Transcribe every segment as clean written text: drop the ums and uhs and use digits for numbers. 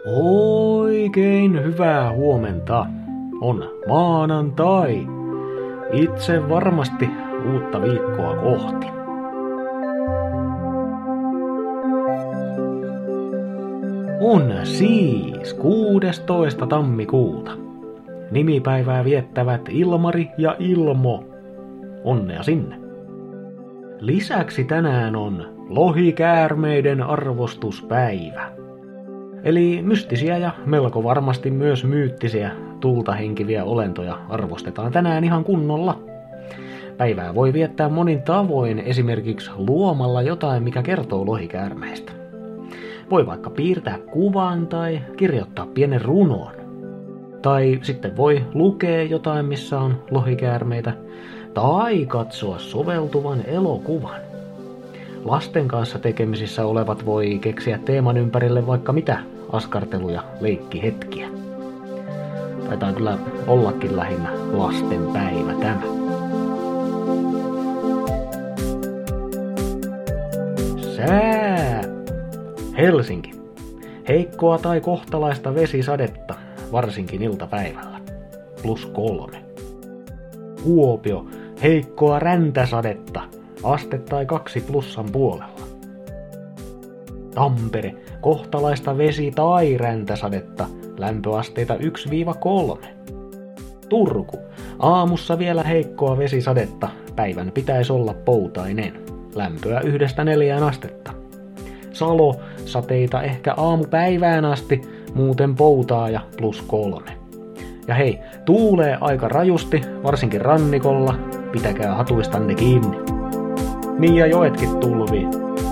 Oikein hyvää huomenta. On maanantai. Itse varmasti uutta viikkoa kohti. On siis 16. tammikuuta. Nimipäivää viettävät Ilmari ja Ilmo. Onnea sinne. Lisäksi tänään on lohikäärmeiden arvostuspäivä. Eli mystisiä ja melko varmasti myös myyttisiä tulta henkiviä olentoja arvostetaan tänään ihan kunnolla. Päivää voi viettää monin tavoin, esimerkiksi luomalla jotain, mikä kertoo lohikäärmeistä. Voi vaikka piirtää kuvan tai kirjoittaa pienen runon. Tai sitten voi lukea jotain, missä on lohikäärmeitä, tai katsoa soveltuvan elokuvan. Lasten kanssa tekemisissä olevat voi keksiä teeman ympärille vaikka mitä askarteluja, leikkihetkiä. Taitaa kyllä ollakin lähinnä lasten päivä tämä. Sää. Helsinki. Heikkoa tai kohtalaista vesisadetta, varsinkin iltapäivällä. +3. Kuopio. Heikkoa räntäsadetta. Aste tai 2 plussan puolella. Tampere. Kohtalaista vesi- tai räntäsadetta. Lämpöasteita 1-3. Turku. Aamussa vielä heikkoa vesisadetta. Päivän pitäisi olla poutainen. Lämpöä 1-4 astetta. Salo. Sateita ehkä aamupäivään asti. Muuten poutaa ja +3. Ja hei, tuulee aika rajusti, varsinkin rannikolla. Pitäkää hatuistanne kiinni. Niin ja joetkin tulvii.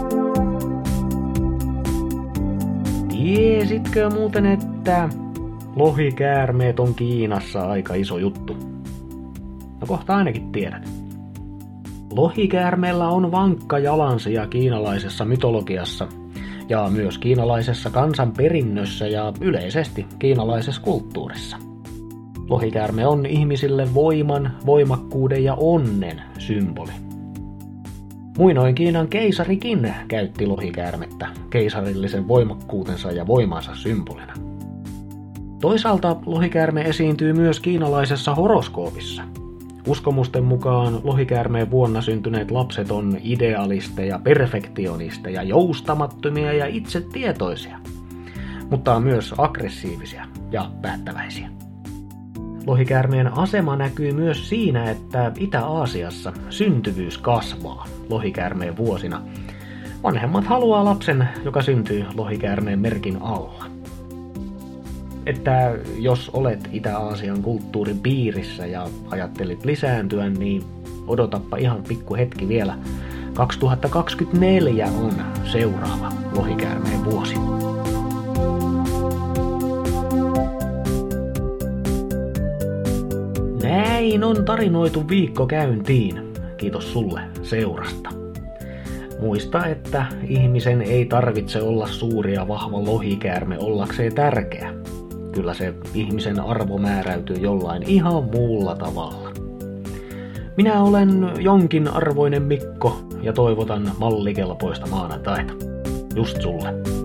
Tiesitkö muuten, että lohikäärmeet on Kiinassa aika iso juttu? No kohta ainakin tiedät. Lohikäärmeellä on vankka jalansija kiinalaisessa mytologiassa ja myös kiinalaisessa kansanperinnössä ja yleisesti kiinalaisessa kulttuurissa. Lohikäärme on ihmisille voiman, voimakkuuden ja onnen symboli. Muinoin Kiinan keisarikin käytti lohikäärmettä keisarillisen voimakkuutensa ja voimansa symbolina. Toisaalta lohikäärme esiintyy myös kiinalaisessa horoskoopissa. Uskomusten mukaan lohikäärmeen vuonna syntyneet lapset on idealisteja, perfektionisteja, joustamattomia ja itsetietoisia, mutta myös aggressiivisia ja päättäväisiä. Lohikäärmeen asema näkyy myös siinä, että Itä-Aasiassa syntyvyys kasvaa lohikäärmeen vuosina. Vanhemmat haluaa lapsen, joka syntyy lohikäärmeen merkin alla. Että jos olet Itä-Aasian kulttuurin piirissä ja ajattelit lisääntyä, niin odotappa ihan pikku hetki vielä. 2024 on seuraava lohikäärmeen vuosi. Näin on tarinoitu viikko käyntiin. Kiitos sulle seurasta. Muista, että ihmisen ei tarvitse olla suuri ja vahva lohikäärme ollakseen tärkeä. Kyllä se ihmisen arvo määräytyy jollain ihan muulla tavalla. Minä olen jonkin arvoinen Mikko ja toivotan mallikelpoista maanantaita. Just sulle.